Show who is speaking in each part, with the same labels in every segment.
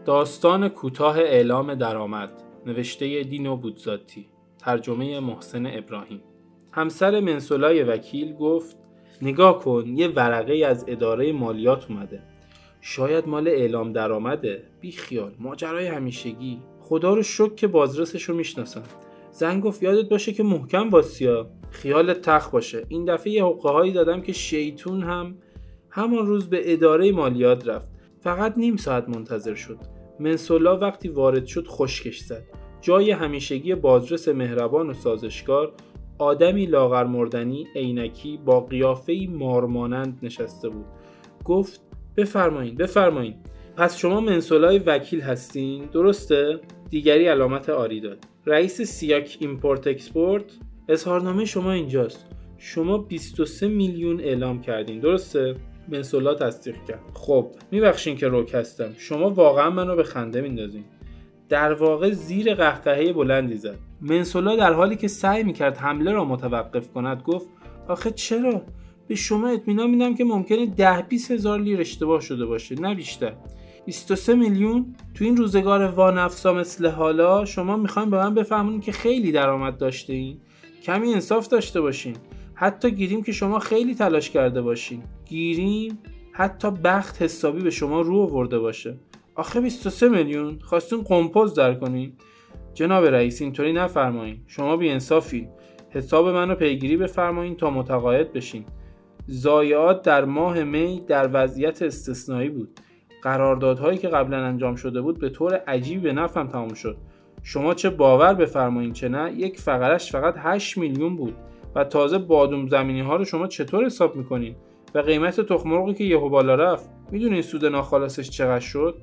Speaker 1: داستان کوتاه اعلام درآمد، نوشته دینو بودزاتی، ترجمه محسن ابراهیم. همسر منسولای وکیل گفت نگاه کن، یه ورقه از اداره مالیات اومده. شاید مال اعلام درآمده. بی خیال، ماجرای همیشگی. خدا رو شکر که بازرسشو میشناسم. زنگ گفت یادت باشه که محکم واسیا. خیالت تخ باشه. این دفعه یه حقه‌هایی دادم که شیطون هم همان روز به اداره مالیات رفت. فقط نیم ساعت منتظر شد. منسولا وقتی وارد شد خشکش زد. جای همیشگی بازرس مهربان و سازشکار، آدمی لاغر مردنی، عینکی با قیافه‌ای مارمانند نشسته بود. گفت بفرمایین. پس شما منسولای وکیل هستین، درسته؟ دیگری علامت آری داد. رئیس سیاک ایمپورت اکسپورت؟ اظهارنامه شما اینجاست. شما 23 میلیون اعلام کردین، درسته؟ منسولا تصدیق کرد. خب میبخشین که روک هستم. شما واقعا منو به خنده میندازین. در واقع زیر قهقهه بلندی زد. منسولا در حالی که سعی میکرد حمله را متوقف کند گفت آخه چرا؟ به شما اطمینان میدم که ممکنه 10-20 هزار لیر اشتباه شده باشه، نه بیشتر. 23 میلیون تو این روزگار وانفسا مثل حالا شما میخواین به من بفهمونین که خیلی درآمد داشته این؟ کمی انصاف داشته باشین. حتی گیریم که شما خیلی تلاش کرده باشین. گیریم حتی بخت حسابی به شما رو آورده باشه. آخه 23 میلیون خواستین قمپوز در کنین؟ جناب رئیس اینطوری نفرمایین. شما بی انصافین. حساب منو پیگیری بفرمایین تا متقاعد بشین. ضایعات در ماه می در وضعیت استثنایی بود. قراردادهایی که قبلا انجام شده بود به طور عجیبی به نفعم تمام شد. شما چه باور بفرمایین چه نه، یک فقرش فقط 8 میلیون بود و تازه بادوم زمینی ها رو شما چطور حساب میکنین؟ و قیمت تخم مرغی که یهو بالا رفت، میدونین سود ناخالصش چقدر شد؟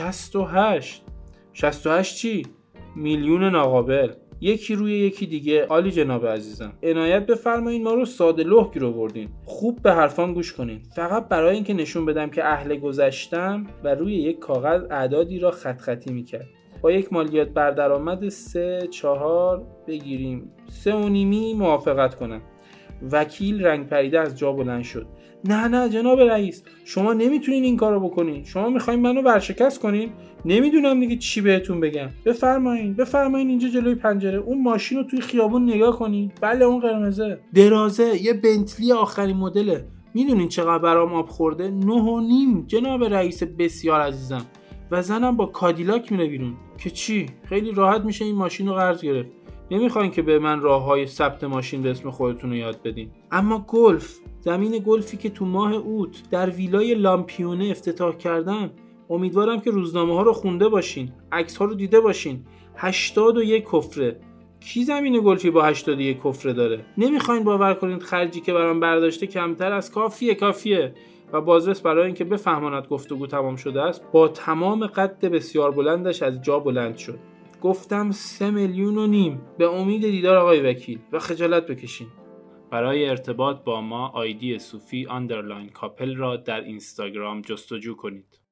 Speaker 1: 68 چی؟ میلیون ناقابل. یکی روی یکی دیگه. عالی جناب عزیزم، عنایت بفرمایین ما رو ساده لوح گیر آوردین. خوب به حرفام گوش کنین. فقط برای اینکه نشون بدم که اهل گذشتم و روی یک کاغذ اعدادی را خط خطی میکرد. با یک مالیات بر درآمد 3-4 بگیریم 3.5 موافقت کنم. وکیل رنگ پریده از جا بلند شد. نه جناب رئیس، شما نمیتونین این کارو بکنین. شما میخواین منو ورشکست کنین؟ نمیدونم دیگه چی بهتون بگم. بفرمایین اینجا جلوی پنجره. اون ماشین رو توی خیابون نگاه کنین. بله اون قرمزه درازه، یه بنتلی آخرین مدله. میدونین چقدر برام آب خورده؟ 9.5 جناب رئیس بسیار عزیزم. و زنم با کادیلاک میره بیرون. که چی؟ خیلی راحت میشه این ماشین رو قرض گرفت. نمیخواین که به من راههای ثبت ماشین به اسم خودتون رو یاد بدین. اما گلف، زمین گلفی که تو ماه اوت در ویلای لامپیونه افتتاح کردم، امیدوارم که روزنامه ها رو خونده باشین، عکس ها رو دیده باشین. 81 کفره. کی زمین گلفی با 81 کفره داره؟ نمیخواین باور کنین خرجی که برام برداشته کمتر از کافیه. و بازرس برای اینکه بفهماند گفتگو تمام شده است، با تمام قد بسیار بلندش از جا بلند شد. گفتم 3.5 میلیون. به امید دیدار آقای وکیل و خجالت بکشین. برای ارتباط با ما آیدی صوفی _ کاپل را در اینستاگرام جستجو کنید.